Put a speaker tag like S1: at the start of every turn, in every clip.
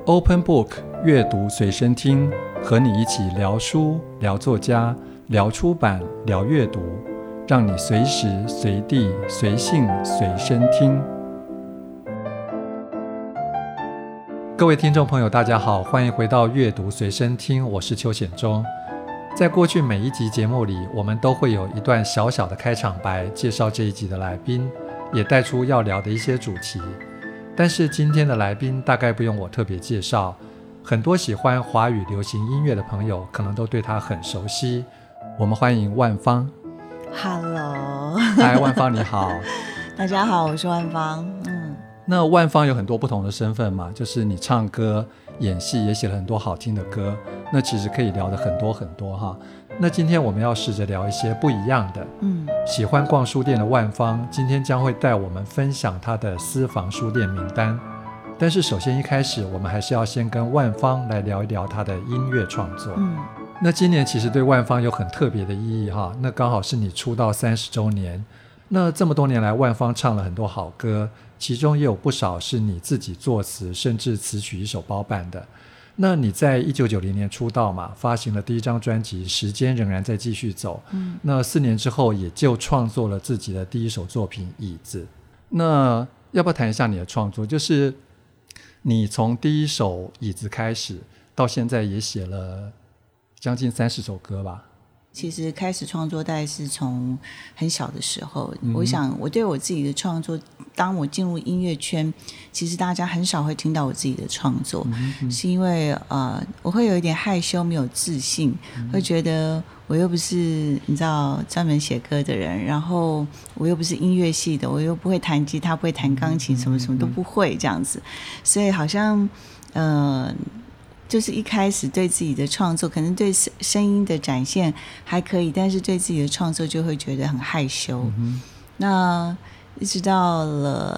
S1: Open Book 阅读随身听，和你一起聊书、聊作家、聊出版、聊阅读，让你随时随地随性随身听。各位听众朋友大家好，欢迎回到阅读随身听，我是邱显忠。在过去每一集节目里，我们都会有一段小小的开场白，介绍这一集的来宾，也带出要聊的一些主题。但是今天的来宾大概不用我特别介绍，很多喜欢华语流行音乐的朋友可能都对他很熟悉。我们欢迎万芳。
S2: Hello，
S1: 嗨，万芳你好。
S2: 大家好，我是万芳。
S1: 那万芳有很多不同的身份嘛，就是你唱歌、演戏，也写了很多好听的歌，那其实可以聊的很多很多哈。那今天我们要试着聊一些不一样的。喜欢逛书店的万芳今天将会带我们分享她的私房书店名单。但是首先一开始我们还是要先跟万芳来聊一聊她的音乐创作。那今年其实对万芳有很特别的意义哈，那刚好是你出道30周年。那这么多年来万芳唱了很多好歌，其中也有不少是你自己作词，甚至词曲一手包办的。那你在1990年出道嘛，发行了第一张专辑《时间仍然在继续走》。那4年之后也就创作了自己的第一首作品《椅子》。那要不要谈一下你的创作，就是你从第一首《椅子》开始到现在也写了将近30首歌吧？
S2: 其实开始创作大概是从很小的时候。我想我对我自己的创作，当我进入音乐圈，其实大家很少会听到我自己的创作。是因为我会有一点害羞，没有自信，会觉得我又不是你知道专门写歌的人，然后我又不是音乐系的，我又不会弹吉他，不会弹钢琴，什么什么都不会这样子。所以好像就是一开始对自己的创作，可能对声音的展现还可以，但是对自己的创作就会觉得很害羞。那一直到了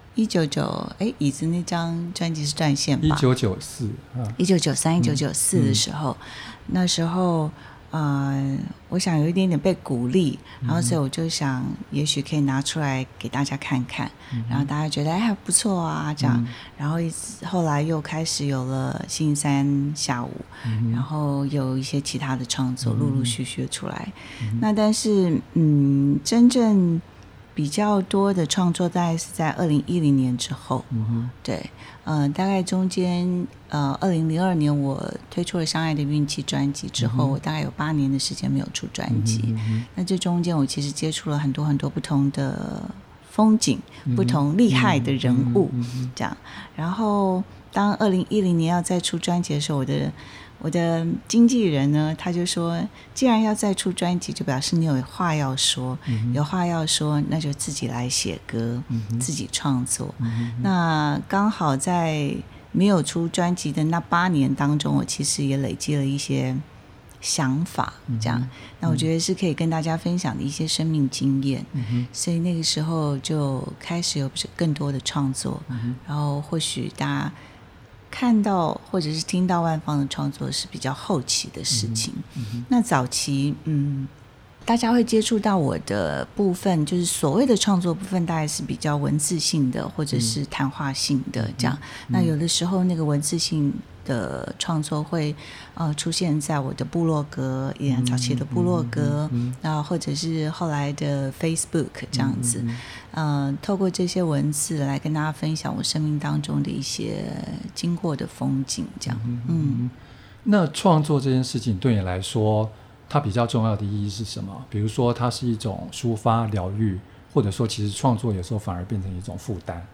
S2: 199椅子那张专辑是断线吧，1993、1994的时候，那时候我想有一点点被鼓励，然后所以我就想也许可以拿出来给大家看看，然后大家觉得还不错啊这样，然后后来又开始有了星期三下午，然后有一些其他的创作陆陆续续的出来。那但是真正比较多的创作大概是在2010年之后。对，大概中间2002年我推出了《相爱的运气》专辑之后，我大概有8年的时间没有出专辑。那这中间我其实接触了很多很多不同的风景，不同厉害的人物，这样。然后当2010年要再出专辑的时候，我的经纪人呢，他就说既然要再出专辑，就表示你有话要说，有话要说，那就自己来写歌，自己创作。那刚好在没有出专辑的那8年当中，我其实也累积了一些想法，这样。那我觉得是可以跟大家分享的一些生命经验。所以那个时候就开始有更多的创作，然后或许大家看到或者是听到万芳的创作是比较后期的事情。那早期大家会接触到我的部分，就是所谓的创作部分大概是比较文字性的或者是谈话性的这样。那有的时候那个文字性的创作会出现在我的部落格，也早期的部落格，或者是后来的 Facebook 这样子。透过这些文字来跟大家分享我生命当中的一些经过的风景这样。
S1: 那创作这件事情对你来说它比较重要的意义是什么？比如说它是一种抒发疗愈，或者说其实创作有时候反而变成一种负担。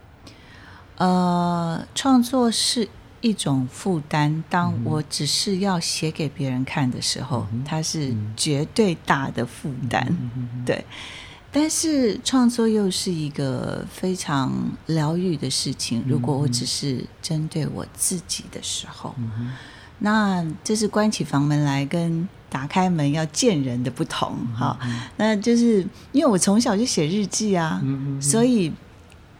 S2: 创作是一种负担，当我只是要写给别人看的时候，它是绝对大的负担。对，但是创作又是一个非常疗愈的事情，如果我只是针对我自己的时候，那这是关起房门来跟打开门要见人的不同。那就是因为我从小就写日记啊，所以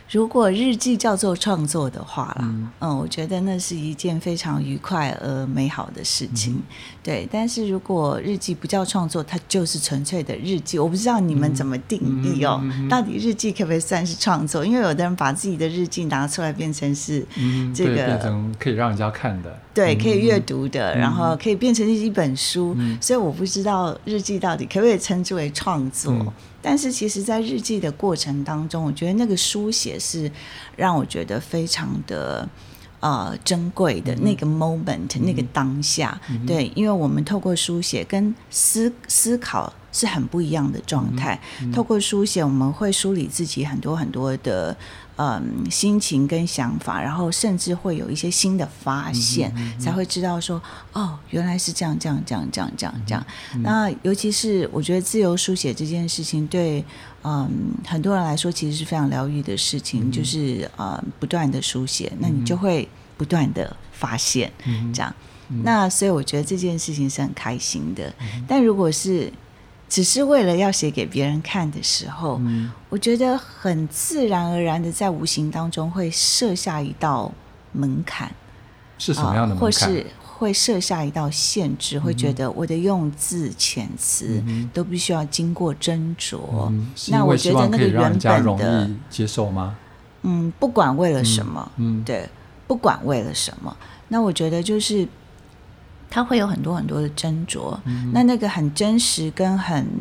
S2: 如果日记叫做创作的话啦，我觉得那是一件非常愉快而美好的事情，对。但是如果日记不叫创作，它就是纯粹的日记，我不知道你们怎么定义哦，到底日记可不可以算是创作？因为有的人把自己的日记拿出来变成是这个，
S1: 对，变成可以让人家看的，
S2: 对，可以阅读的，然后可以变成一本书，所以我不知道日记到底可不可以称之为创作。但是其实在日记的过程当中，我觉得那个书写是让我觉得非常的珍贵的那个 moment，那个当下，对，因为我们透过书写跟思考是很不一样的状态，透过书写我们会梳理自己很多很多的心情跟想法，然后甚至会有一些新的发现，才会知道说原来是这样。那尤其是我觉得自由书写这件事情对很多人来说其实是非常疗愈的事情，就是不断的书写，那你就会不断的发现，这样。那所以我觉得这件事情是很开心的，但如果是只是为了要写给别人看的时候，我觉得很自然而然的在无形当中会设下一道门槛。
S1: 是什么样的门槛？
S2: 或是会设下一道限制，会觉得我的用字遣词都必须要经过斟酌。那我觉得那个原本的
S1: 接受吗？
S2: 不管为了什么，对，不管为了什么，那我觉得就是它会有很多很多的斟酌，那个很真实跟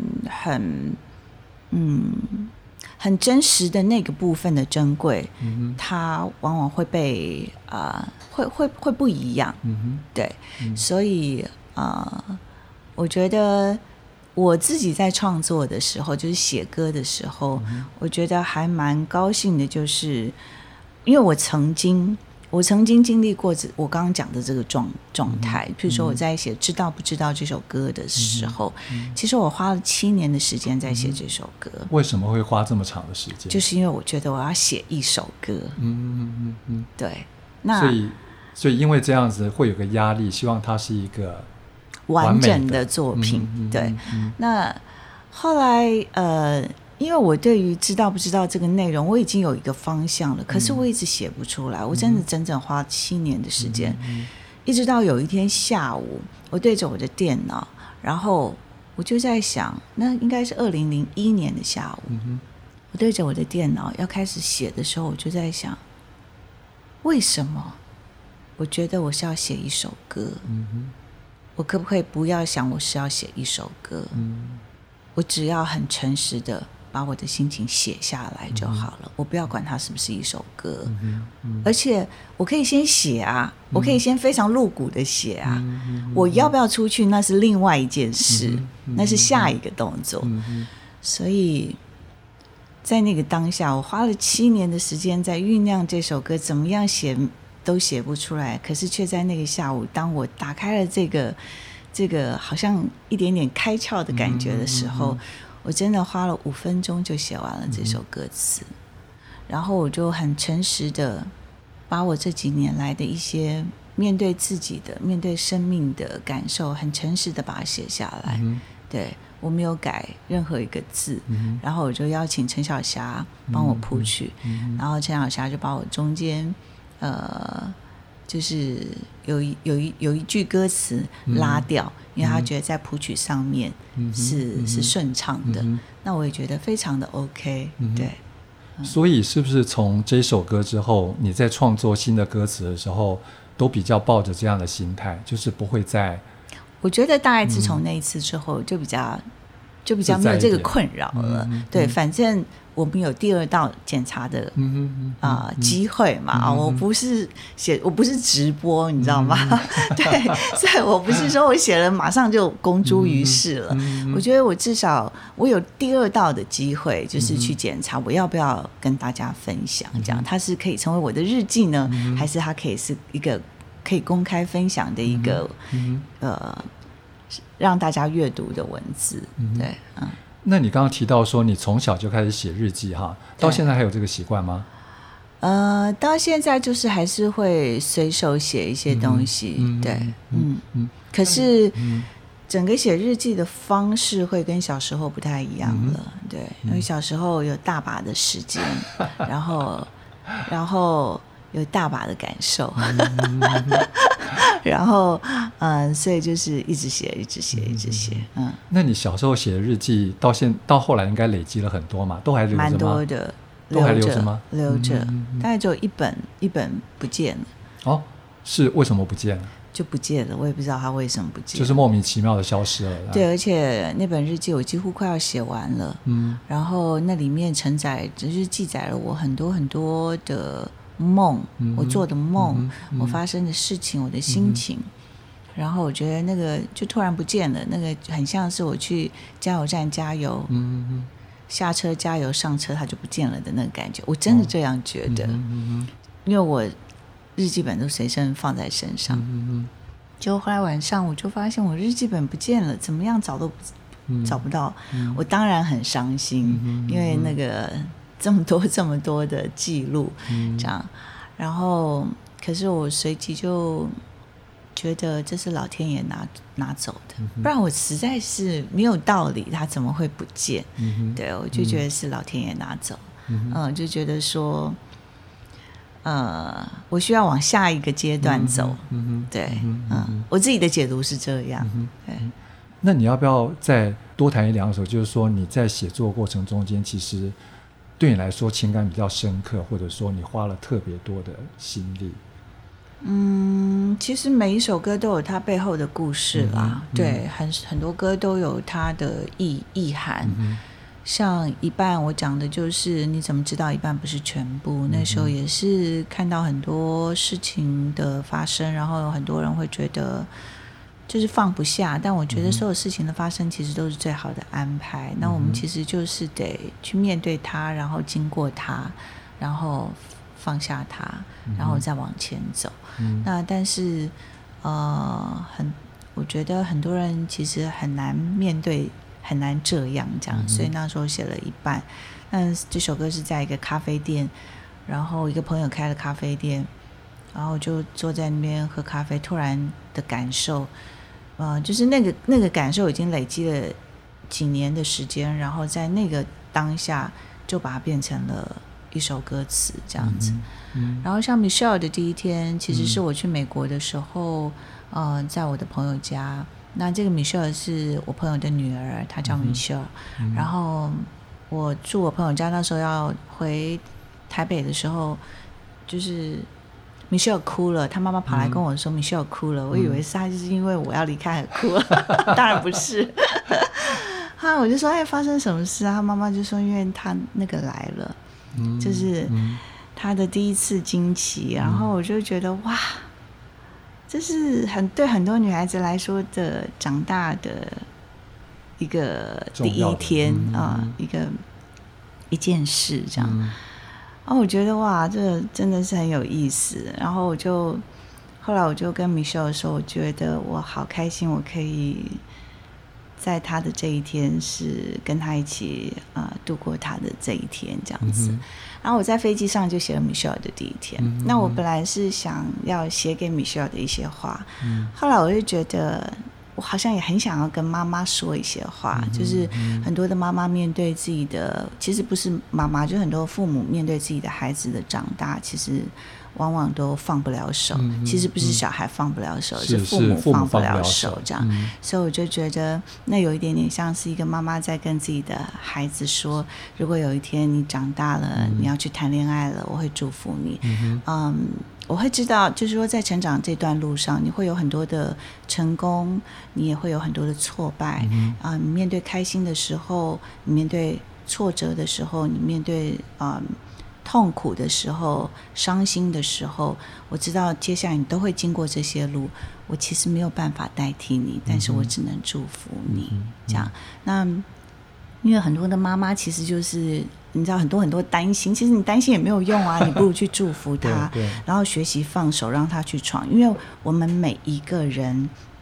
S2: 很真实的那个部分的珍贵，它往往会被会不一样，对，所以我觉得我自己在创作的时候，就是写歌的时候，我觉得还蛮高兴的，就是因为我曾经经历过我刚刚讲的这个状态，譬如说我在写《知道不知道》这首歌的时候，其实我花了7年的时间在写这首歌。
S1: 为什么会花这么长的时间？
S2: 就是因为我觉得我要写一首歌。对。那
S1: 所以因为这样子会有个压力，希望它是一个
S2: 完整的作品。对。那后来因为我对于知道不知道这个内容我已经有一个方向了，可是我一直写不出来，我真的整整花7年的时间，一直到有一天下午，我对着我的电脑，然后我就在想，那应该是2001年的下午，我对着我的电脑要开始写的时候，我就在想，为什么我觉得我是要写一首歌，我可不可以不要想我是要写一首歌，我只要很诚实的把我的心情写下来就好了，我不要管它是不是一首歌，而且我可以先写啊，我可以先非常露骨的写啊，我要不要出去那是另外一件事，那是下一个动作，所以在那个当下，我花了7年的时间在酝酿这首歌，怎么样写都写不出来，可是却在那个下午，当我打开了这个好像一点点开窍的感觉的时候，我真的花了5分钟就写完了这首歌词，然后我就很诚实的把我这几年来的一些面对自己的、面对生命的感受，很诚实的把它写下来。对，我没有改任何一个字，然后我就邀请陈小霞帮我谱曲，然后陈小霞就把我中间就是有一句歌词拉掉，因为他觉得在谱曲上面是顺畅的，那我也觉得非常的 OK，对。
S1: 所以是不是从这首歌之后，你在创作新的歌词的时候，都比较抱着这样的心态，就是不会再……
S2: 我觉得大概自从那一次之后，就比较没有这个困扰了。对，反正我们有第2道检查的机会嘛，我不是直播，你知道吗？对，所以我不是说我写了马上就公诸于世了。我觉得我至少我有第2道的机会，就是去检查我要不要跟大家分享，这样它是可以成为我的日记呢，还是它可以是一个可以公开分享的一个让大家阅读的文字。对，
S1: 那你刚刚提到说你从小就开始写日记哈，到现在还有这个习惯吗？
S2: 到现在就是还是会随手写一些东西，对，可是整个写日记的方式会跟小时候不太一样了，对，因为小时候有大把的时间，然后然后有大把的感受，然后所以就是一直写一直写一直写。
S1: 那你小时候写的日记到后来应该累积了很多嘛，都还留着吗？
S2: 蛮多的，
S1: 都还留着吗？
S2: 留着，大概只有一本不见了。
S1: 哦，是为什么不见了？
S2: 就不见了，我也不知道它为什么不见了，
S1: 就是莫名其妙的消失了。
S2: 对，而且那本日记我几乎快要写完了，然后那里面承载就是记载了我很多很多的梦，我做的梦，我发生的事情，我的心情，然后我觉得那个就突然不见了，那个很像是我去加油站加油，下车加油上车它就不见了的那个感觉，我真的这样觉得，因为我日记本都随身放在身上，结果后来晚上我就发现我日记本不见了，怎么样找都找不到，我当然很伤心，因为那个这么多的记录，这样，然后可是我随即就觉得这是老天爷拿走的，不然我实在是没有道理他怎么会不见，对，我就觉得是老天爷拿走，就觉得说我需要往下一个阶段走，对，我自己的解读是这样，对。
S1: 那你要不要再多谈一两首？就是说你在写作过程中间，其实对你来说情感比较深刻，或者说你花了特别多的心力。
S2: 其实每一首歌都有它背后的故事啦，对，很多歌都有它的意涵。像一半我讲的就是你怎么知道一半不是全部，那时候也是看到很多事情的发生，然后有很多人会觉得就是放不下，但我觉得所有事情的发生其实都是最好的安排，那我们其实就是得去面对它，然后经过它，然后放下它，然后再往前走。那但是我觉得很多人其实很难面对，很难这样，所以那时候写了一半。但这首歌是在一个咖啡店，然后一个朋友开了咖啡店，然后就坐在那边喝咖啡，突然的感受，就是那个感受已经累积了几年的时间，然后在那个当下就把它变成了一首歌词这样子。然后像 Michelle 的第一天，其实是我去美国的时候，在我的朋友家。那这个 Michelle 是我朋友的女儿，她叫 Michelle。然后我住我朋友家，那时候要回台北的时候，就是 Michelle 哭了，她妈妈跑来跟我说 Michelle 哭了，我以为是她就是因为我要离开而哭了，当然不是。我就说发生什么事啊？她妈妈就说因为她那个来了，就是她的第一次经期，然后我就觉得哇，这是对很多女孩子来说的长大的一个第一天一件事这样。我觉得哇，这真的是很有意思。然后后来我就跟 Michelle 说，我觉得我好开心，我可以在她的这一天是跟她一起度过她的这一天这样子。然后我在飞机上就写了 Michelle 的第一天。那我本来是想要写给 Michelle 的一些话，后来我就觉得我好像也很想要跟妈妈说一些话，就是很多的妈妈面对自己的，其实不是妈妈，就很多父母面对自己的孩子的长大，其实往往都放不了手，其实不是小孩放不了手，是父母放不了手这样。所以我就觉得那有一点点像是一个妈妈在跟自己的孩子说，如果有一天你长大了，你要去谈恋爱了，我会祝福你。我会知道就是说在成长这段路上，你会有很多的成功，你也会有很多的挫败。你面对开心的时候，你面对挫折的时候，你面对痛苦的时候，伤心的时候，我知道接下来你都会经过这些路，我其实没有办法代替你，但是我只能祝福你这样。那因为很多的妈妈其实就是你知道很多担心，其实你担心也没有用啊，你不如去祝福她然后学习放手让她去闯。因为我们每一个人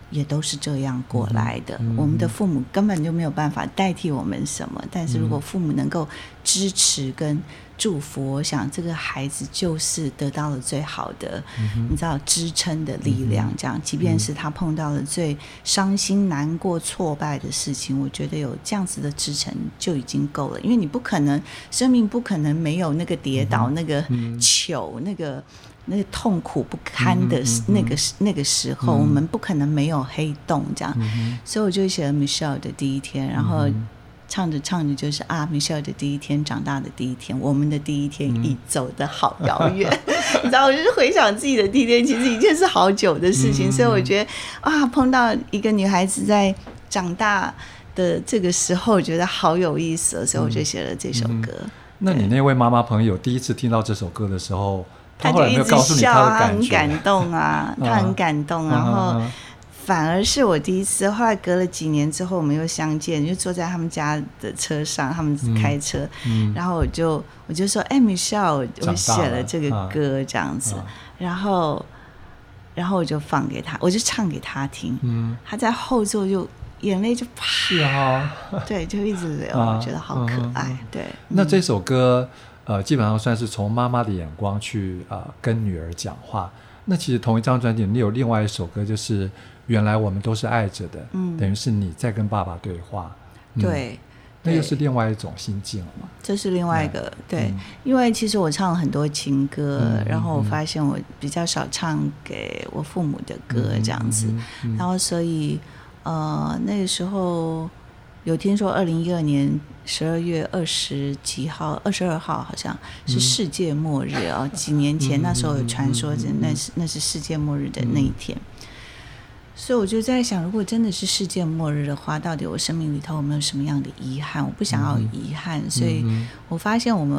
S2: 也都是这样过来的。我们的父母根本就没有办法代替我们什么，但是如果父母能够支持跟祝福，我想这个孩子就是得到了最好的，你知道支撑的力量。这样，即便是他碰到了最伤心、难过、挫败的事情，我觉得有这样子的支撑就已经够了。因为你不可能，生命不可能没有那个跌倒、那个糗、那个痛苦不堪的那个时候，我们不可能没有黑洞这样。所以我就写了 Michelle 的第一天，然后唱着唱着就是Michelle 的第一天，长大的第一天，我们的第一天已走得好遥远。你知道，我就是回想自己的第一天，其实已经是好久的事情。所以我觉得碰到一个女孩子在长大的这个时候，我觉得好有意思，所以我就写了这首歌。
S1: 那你那位妈妈朋友第一次听到这首歌的时候，
S2: 他就一直笑啊，他很感动啊，他很感动，然后反而是我第一次，后来隔了几年之后我们又相见，就坐在他们家的车上，他们开车，然后我就说Michelle 我写了这个歌这样子，然后我就放给他，我就唱给他听，他在后座就眼泪就啪，对，就一直流，我觉得好可爱。对，
S1: 那这首歌基本上算是从妈妈的眼光去跟女儿讲话。那其实同一张专辑你有另外一首歌，就是原来我们都是爱着的，等于是你在跟爸爸对话。
S2: 对，
S1: 那又是另外一种心境了嘛。
S2: 这是另外一个对，因为其实我唱了很多情歌，然后我发现我比较少唱给我父母的歌这样子，然后所以那个时候有听说2012年12月20几号22号好像是世界末日几年前那时候有传说那是世界末日的那一天，所以我就在想，如果真的是世界末日的话，到底我生命里头有没有什么样的遗憾？我不想要遗憾，所以我发现我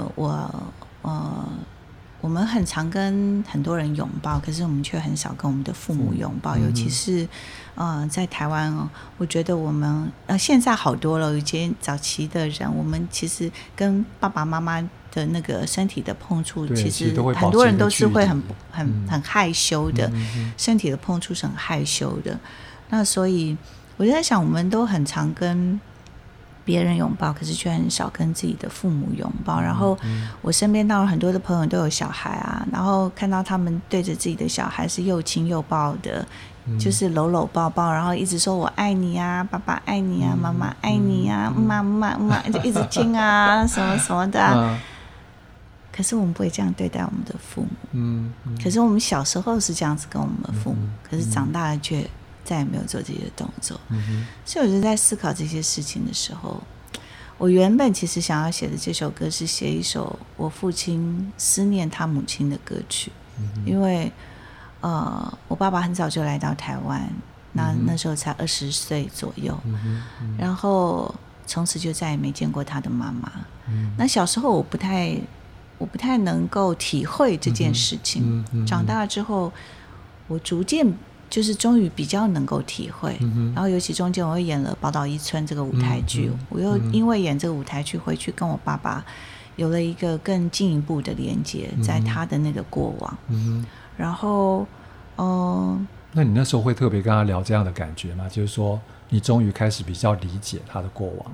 S2: 们很常跟很多人拥抱，可是我们却很少跟我们的父母拥抱，尤其是在台湾我觉得我们现在好多了，有些早期的人，我们其实跟爸爸妈妈的那个身体的碰触，其实很多人都是会很害羞的，身体的碰触是很害羞的。那所以我就在想，我们都很常跟别人拥抱，可是却很少跟自己的父母拥抱。然后我身边当然很多的朋友都有小孩然后看到他们对着自己的小孩是又亲又抱的，就是搂搂抱抱，然后一直说我爱你啊，爸爸爱你啊，妈妈爱你啊，妈妈就一直亲啊什么什么的可是我们不会这样对待我们的父母可是我们小时候是这样子跟我们的父母可是长大了却再也没有做这些动作所以我就在思考这些事情的时候，我原本其实想要写的这首歌是写一首我父亲思念他母亲的歌曲因为我爸爸很早就来到台湾，那时候才20岁左右然后从此就再也没见过他的妈妈那小时候我不太能够体会这件事情长大了之后我逐渐就是终于比较能够体会然后尤其中间我又演了宝岛一村这个舞台剧我又因为演这个舞台剧回去跟我爸爸有了一个更进一步的连接在他的那个过往然后
S1: 那你那时候会特别跟他聊这样的感觉吗？就是说你终于开始比较理解他的过往。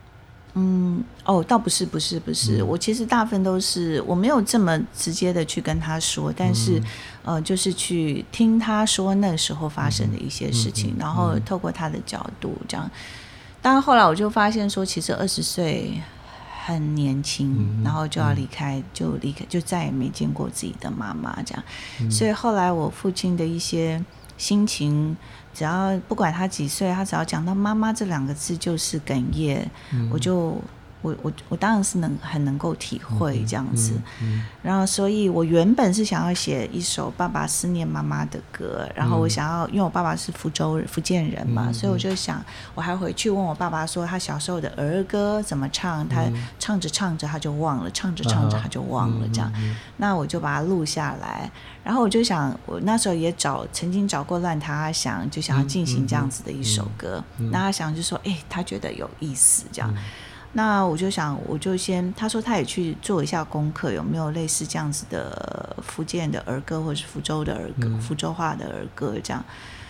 S2: 倒不是我其实大部分都是我没有这么直接的去跟他说但是就是去听他说那时候发生的一些事情然后透过他的角度这样当然后来我就发现说其实20岁很年轻然后就要离开就再也没见过自己的妈妈这样所以后来我父亲的一些心情只要不管他几岁他只要讲到妈妈这2个字就是哽咽我当然是很能够体会这样子然后所以我原本是想要写一首爸爸思念妈妈的歌然后我想要因为我爸爸是福建人嘛所以我就想我还回去问我爸爸说他小时候的儿歌怎么唱他唱着唱着他就忘了唱着唱着他就忘了这样那我就把它录下来然后我就想我那时候也曾经找过乱他想就想要进行这样子的一首歌那他想就说他觉得有意思这样那我就想我就先他说他也去做一下功课有没有类似这样子的福建的儿歌或者是福州的儿歌福州话的儿歌这样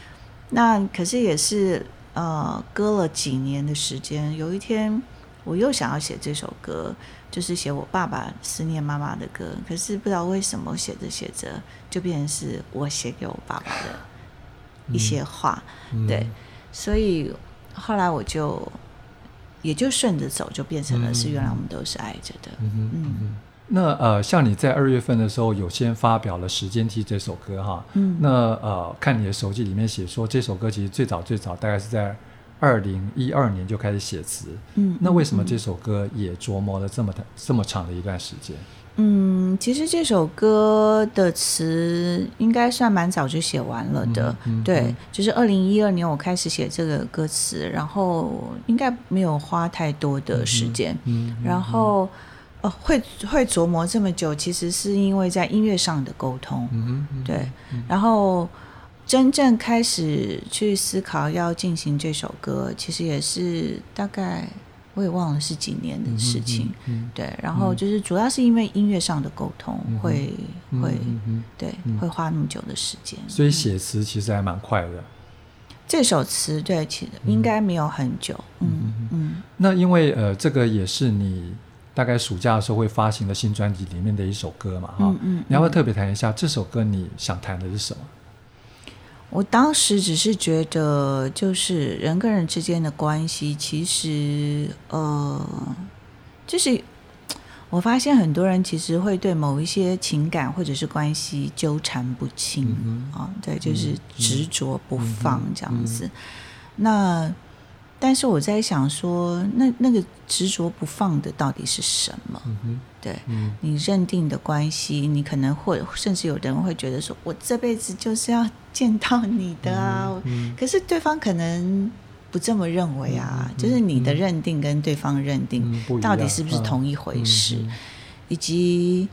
S2: 那可是也是隔了几年的时间，有一天我又想要写这首歌，就是写我爸爸思念妈妈的歌，可是不知道为什么写着写着就变成是我写给我爸爸的一些话，对，所以后来我也就顺着走，就变成了是原来我们都是爱着的。
S1: 那像你在2月份的时候有先发表了《时间梯》这首歌哈，那看你的手机里面写说这首歌其实最早大概是在2012年就开始写词，那为什么这首歌也琢磨了这么长的一段时间？
S2: 其实这首歌的词应该算蛮早就写完了的，对，就是2012年我开始写这个歌词，然后应该没有花太多的时间，然后会琢磨这么久，其实是因为在音乐上的沟通，对，然后真正开始去思考要进行这首歌，其实也是大概我也忘了是几年的事情，对，然后就是主要是因为音乐上的沟通会花那么久的时间，
S1: 所以写词其实还蛮快的。
S2: 这首词对，其实应该没有很久，
S1: 那因为这个也是你大概暑假的时候会发行的新专辑里面的一首歌嘛，你要不要特别谈一下这首歌你想谈的是什么？
S2: 我当时只是觉得就是人跟人之间的关系其实就是我发现很多人其实会对某一些情感或者是关系纠缠不清，对，就是执着不放这样子，那但是我在想说那个执着不放的到底是什么，对，你认定的关系，你可能甚至有人会觉得说我这辈子就是要见到你的啊，可是对方可能不这么认为啊，就是你的认定跟对方认定到底是不是同一回事，以及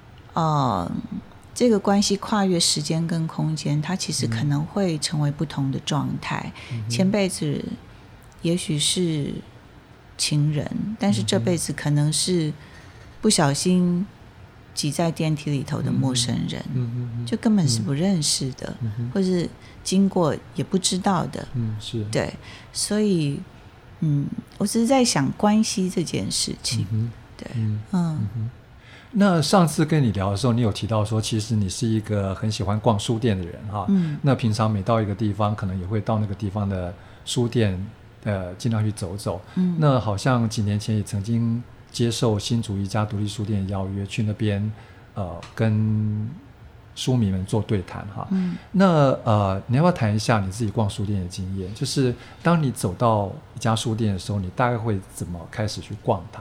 S2: 这个关系跨越时间跟空间，它其实可能会成为不同的状态，前辈子也许是情人，但是这辈子可能是不小心挤在电梯里头的陌生人，就根本是不认识的，或是经过也不知道的，
S1: 是，
S2: 对，所以我只是在想关系这件事情，对，
S1: 那上次跟你聊的时候，你有提到说其实你是一个很喜欢逛书店的人哈，那平常每到一个地方可能也会到那个地方的书店尽量去走走，那好像几年前也曾经接受新竹一家独立书店的邀约，去那边跟书迷们做对谈哈。那你要不要谈一下你自己逛书店的经验？就是当你走到一家书店的时候，你大概会怎么开始去逛它？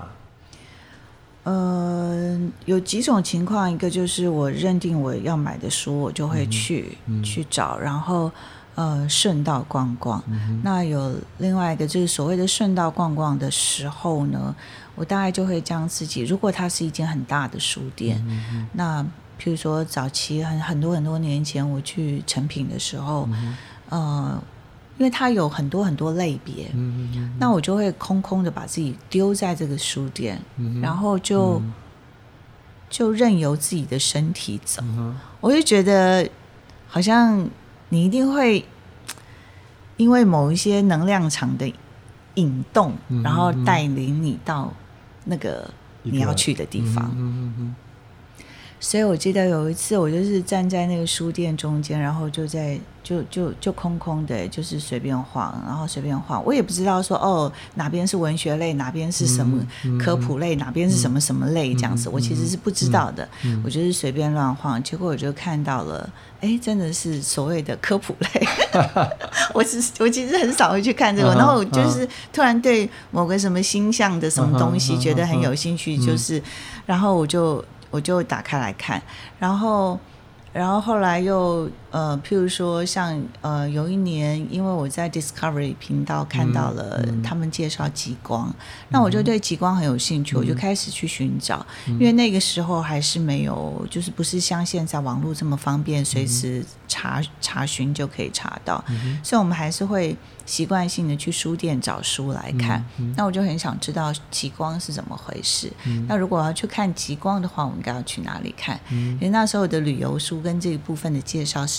S2: 有几种情况，一个就是我认定我要买的书，我就会去找，然后顺道逛逛，那有另外一个就是所谓的顺道逛逛的时候呢，我大概就会将自己，如果它是一间很大的书店，那譬如说早期很多年前我去诚品的时候，因为它有很多类别，那我就会空空的把自己丢在这个书店，然后就任由自己的身体走，我就觉得好像你一定会因为某一些能量场的引动，然后带领你到那个你要去的地方。所以我记得有一次我就是站在那个书店中间，然后就空空的，就是随便晃，然后随便晃，我也不知道说哪边是文学类，哪边是什么科普类，哪边是什么什么类这样子，我其实是不知道的，我就是随便乱晃，结果我就看到了，真的是所谓的科普类我其实很少会去看这个，然后我就是突然对某个什么星象的什么东西觉得很有兴趣，就是然后我就打开来看，然后后来又譬如说像有一年，因为我在 Discovery 频道看到了他们介绍极光，那我就对极光很有兴趣，我就开始去寻找，因为那个时候还是没有，就是不是像现在网络这么方便，随时查询就可以查到，所以我们还是会习惯性的去书店找书来看，那我就很想知道极光是怎么回事，那如果我要去看极光的话，我应该要去哪里看，因为那时候的旅游书跟这一部分的介绍实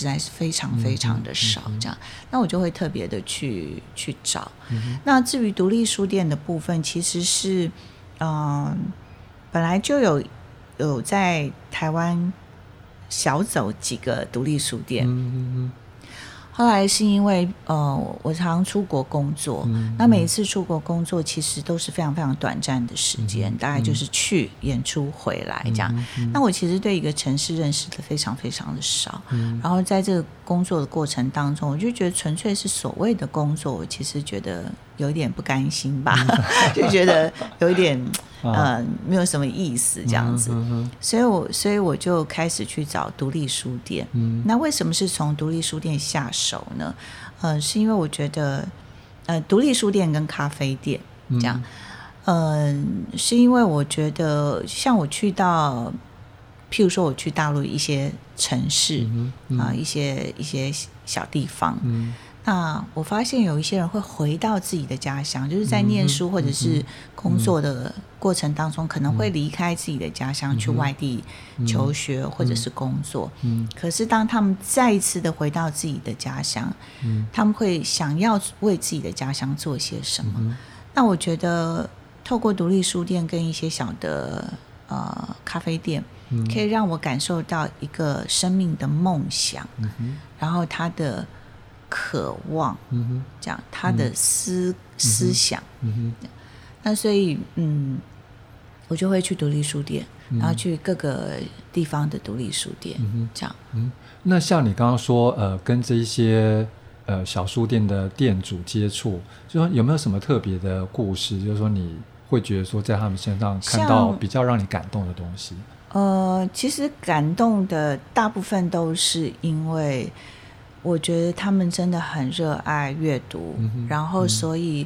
S2: 在是非常非常的少，这样，那我就会特别的去找。那至于独立书店的部分，其实是本来就有在台湾小走几个独立书店，后来是因为我常出国工作，那每一次出国工作其实都是非常非常短暂的时间，大概就是去演出回来这样。那我其实对一个城市认识的非常非常的少，然后在这个工作的过程当中，我就觉得纯粹是所谓的工作，我其实觉得有一点不甘心吧，就觉得有一点没有什么意思这样子，所以我就开始去找独立书店。那为什么是从独立书店下手呢？是因为我觉得独立书店跟咖啡店这样，是因为我觉得像我去到，譬如说我去大陆一些城市一些小地方，那我发现有一些人会回到自己的家乡，就是在念书或者是工作的过程当中，可能会离开自己的家乡去外地求学或者是工作。可是当他们再一次的回到自己的家乡，他们会想要为自己的家乡做些什么。那我觉得透过独立书店跟一些小的咖啡店，可以让我感受到一个生命的梦想，然后他的渴望，这样他的思想，那所以我就会去独立书店，然后去各个地方的独立书店，这样。
S1: 那像你刚刚说跟这一些小书店的店主接触，就说有没有什么特别的故事，就是说你会觉得说在他们身上看到比较让你感动的东西？
S2: 其实感动的大部分都是因为我觉得他们真的很热爱阅读，然后所以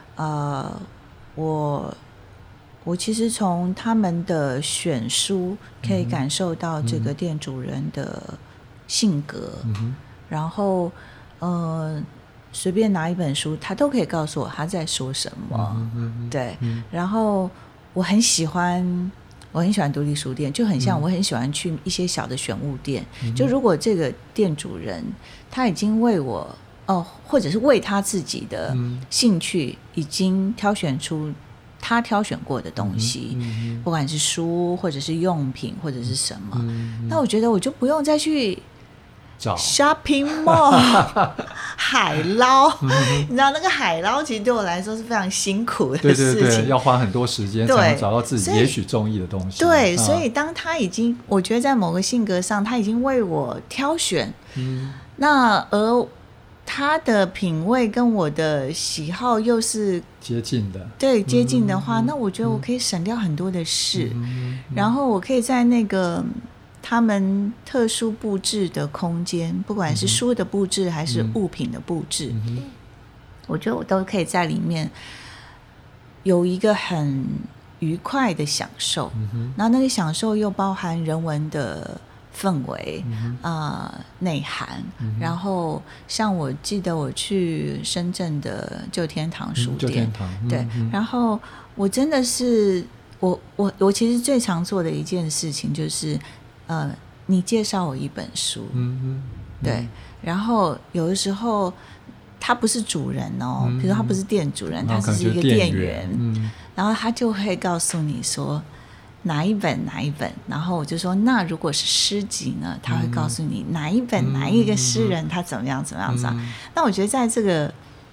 S2: 我其实从他们的选书可以感受到这个店主人的性格，然后随便拿一本书他都可以告诉我他在说什么，对，然后我很喜欢独立书店，就很像我很喜欢去一些小的选物店，就如果这个店主人他已经为我或者是为他自己的兴趣已经挑选出他挑选过的东西，不管是书或者是用品或者是什么，那我觉得我就不用再去找 shopping mall 海捞，你知道那个海捞其实对我来说是非常辛苦的事情，
S1: 对，要花很多时间才能找到自己也许中意的东西。
S2: 对，所以当他已经，我觉得在某个性格上他已经为我挑选，那而他的品味跟我的喜好又是
S1: 接近的，
S2: 对，接近的话，那我觉得我可以省掉很多的事，然后我可以在那个他们特殊布置的空间，不管是书的布置还是物品的布置，我觉得我都可以在里面有一个很愉快的享受，然后那个享受又包含人文的氛围内涵，然后像我记得我去深圳的旧天堂书店，对，然后我真的是我其实最常做的一件事情就是你介绍我一本书，对，然后有的时候他不是主人比如说他不是店主人，他只是一个店员，然后他就会告诉你说哪一本，然后我就说那如果是诗集呢，他会告诉你哪一本哪一个诗人他怎么样，那我觉得在这个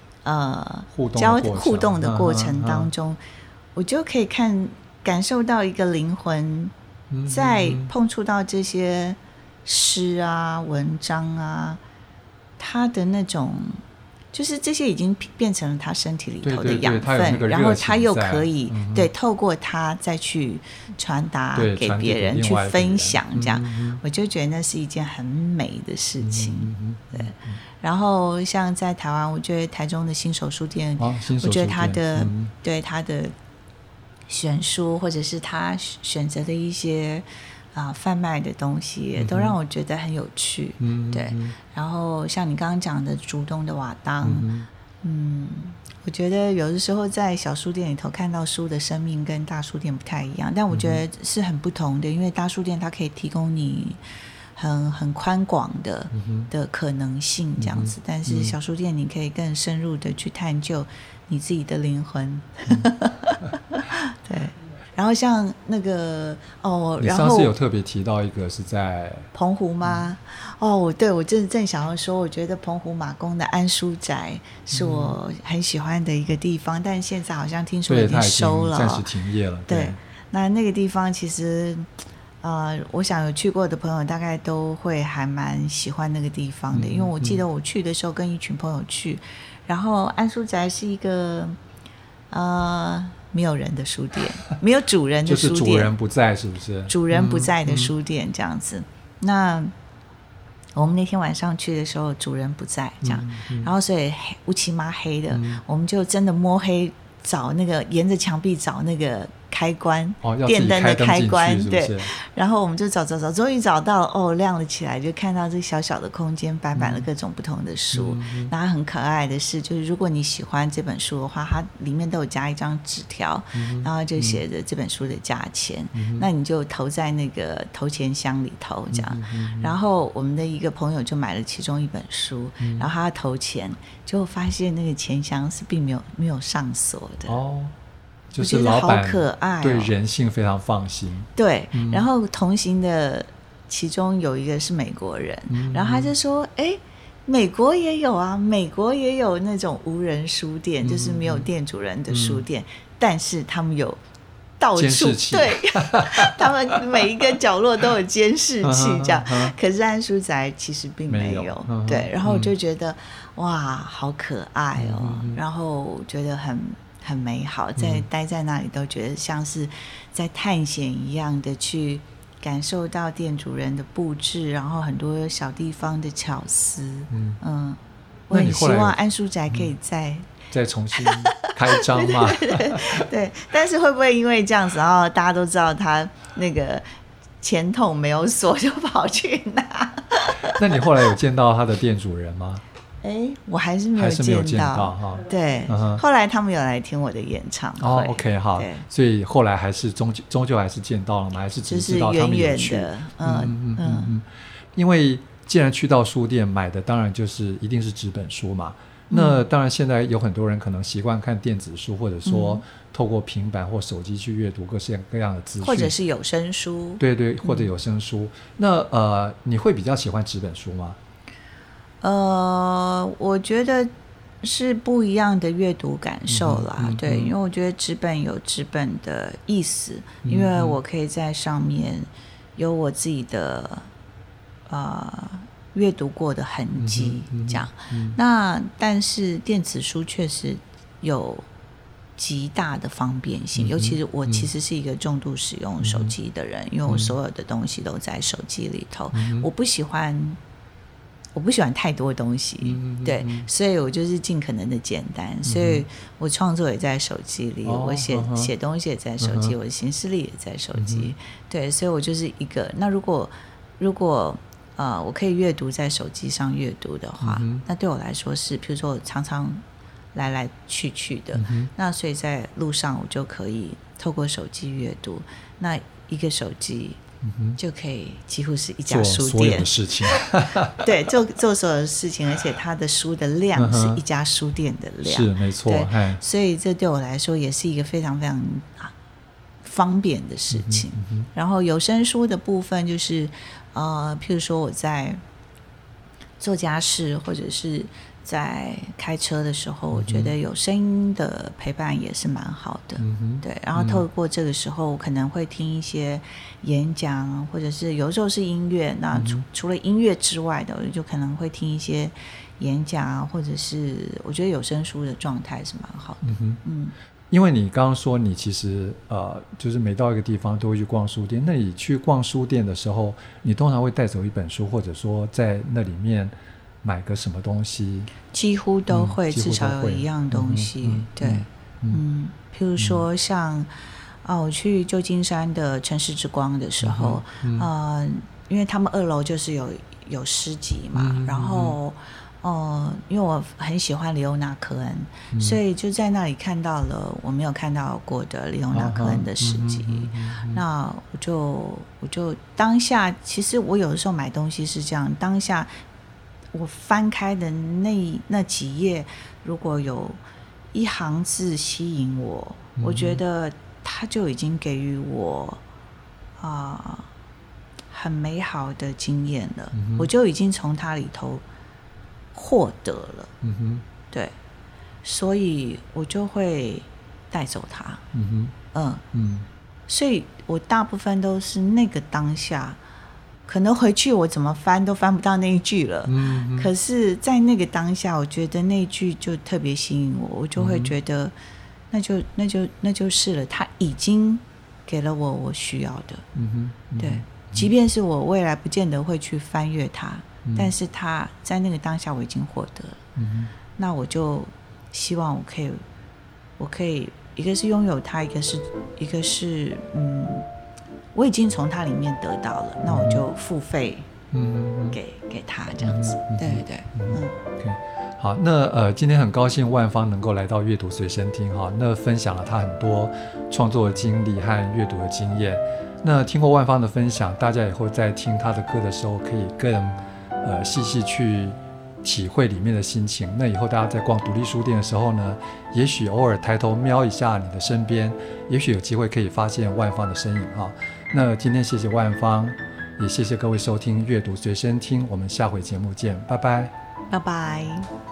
S2: 互动的过程当中，我就可以感受到一个灵魂在碰触到这些诗啊文章啊，他的那种就是这些已经变成了他身体里头的养分，然后他又可以对透过他再去传达给别人去分享，这样我就觉得那是一件很美的事情，对。然后像在台湾，我觉得台中的新手书店，我觉得他的对他的选书或者是他选择的一些贩卖的东西都让我觉得很有趣，对。然后像你刚刚讲的竹东的瓦当，我觉得有的时候在小书店里头看到书的生命跟大书店不太一样，但我觉得是很不同的，因为大书店它可以提供你很宽广的可能性这样子，但是小书店你可以更深入的去探究你自己的灵魂。对，然后像那个
S1: 你上次有特别提到一个是在
S2: 澎湖吗？对，我正想要说，我觉得澎湖马公的安书宅是我很喜欢的一个地方，但现在好像听说已经收了，
S1: 暂时停业了。
S2: 对，那个地方其实我想有去过的朋友大概都会还蛮喜欢那个地方的，因为我记得我去的时候跟一群朋友去，然后安书宅是一个没有人的书店，没有主人的书店，
S1: 就是主人不在，是不是？
S2: 主人不在的书店这样子。那我们那天晚上去的时候，主人不在，这样，然后所以乌漆麻黑的，我们就真的摸黑找那个，沿着墙壁找那个开关，电灯的开关，
S1: 是是
S2: 对，然后我们就找，终于找到了，亮了起来，就看到这小小的空间摆满了各种不同的书。然后很可爱的是，就是如果你喜欢这本书的话，它里面都有加一张纸条，然后就写着这本书的价钱，那你就投在那个投钱箱里头，这样。然后我们的一个朋友就买了其中一本书，然后他投钱，就发现那个钱箱是并没有上锁的。
S1: 就是老板对
S2: 人
S1: 人性非常放心。
S2: 对，然后同行的其中有一个是美国人，然后他就说美国也有啊，美国也有那种无人书店，就是没有店主人的书店，但是他们有到处，对，他们每一个角落都有监视器这样。可是安书宅其实并没有，对，然后我就觉得哇，好可爱哦，然后觉得很美好，待在那里都觉得像是在探险一样的去感受到店主人的布置，然后很多小地方的巧思。我很希望安书宅可以再
S1: 重新开张嘛。
S2: 对，但是会不会因为这样子，然后大家都知道他那个钱筒没有锁，就跑去拿？那
S1: 你后来有见到他的店主人吗？
S2: 我还是没有见到哈。对，后来他们有来听我的演唱会。
S1: OK， 好，所以后来还是终究还是见到了吗？还是只知道他们有去？因为既然去到书店买的，当然就是一定是纸本书嘛。那当然，现在有很多人可能习惯看电子书，或者说透过平板或手机去阅读各式各样的资讯，
S2: 或者是有声书。
S1: 对，或者有声书。那你会比较喜欢纸本书吗？
S2: 我觉得是不一样的阅读感受啦。对，因为我觉得纸本有纸本的意思，因为我可以在上面有我自己的阅读过的痕迹，这样。那但是电子书确实有极大的方便性，尤其是我其实是一个重度使用手机的人，因为我所有的东西都在手机里头，我不喜欢太多东西，对，所以我就是尽可能的简单，所以我创作也在手机里，我写东西也在手机，我的行事历也在手机，对，所以我就是一个。那如果我可以阅读在手机上阅读的话，那对我来说是，比如说我常常来来去去的，那所以在路上我就可以透过手机阅读，那一个手机就可以几乎是一家书店
S1: 做所有的事情。
S2: 对，做所有的事情，而且它的书的量是一家书店的量，
S1: 是没错。
S2: 所以这对我来说也是一个非常非常方便的事情。然后有声书的部分就是譬如说我在做家事或者是在开车的时候，我觉得有声音的陪伴也是蛮好的。对，然后透过这个时候我可能会听一些演讲，或者是有时候是音乐，那除了音乐之外的，我就可能会听一些演讲，或者是我觉得有声书的状态是蛮好的。
S1: 因为你刚刚说你其实就是每到一个地方都会去逛书店，那你去逛书店的时候，你通常会带走一本书，或者说在那里面买个什么东西？
S2: 几乎都会，至少有一样东西。对，譬如说像我去旧金山的城市之光的时候，因为他们2楼就是有诗集嘛，然后因为我很喜欢里欧纳科恩，所以就在那里看到了我没有看到过的里欧纳科恩的诗集。那我就当下，其实我有的时候买东西是这样，当下我翻开的那几页，如果有一行字吸引我，我觉得它就已经给予我很美好的经验了，我就已经从它里头获得了，对，所以我就会带走它，所以我大部分都是那个当下，可能回去我怎么翻都翻不到那一句了，可是在那个当下，我觉得那一句就特别吸引我，我就会觉得那就是了，它已经给了我需要的，对，即便是我未来不见得会去翻阅它，但是它在那个当下我已经获得了，那我就希望我可以一个是拥有它，一个是我已经从它里面得到了，那我就付费给他这样子，对对
S1: ，OK， 好，那今天很高兴万芳能够来到阅读随身听哈，那分享了他很多创作的经历和阅读的经验。那听过万芳的分享，大家以后在听他的歌的时候，可以更细细去体会里面的心情。那以后大家在逛独立书店的时候呢，也许偶尔抬头瞄一下你的身边，也许有机会可以发现万芳的身影哈。那今天谢谢万芳，也谢谢各位收听阅读随身听，我们下回节目见，拜拜，
S2: 拜拜。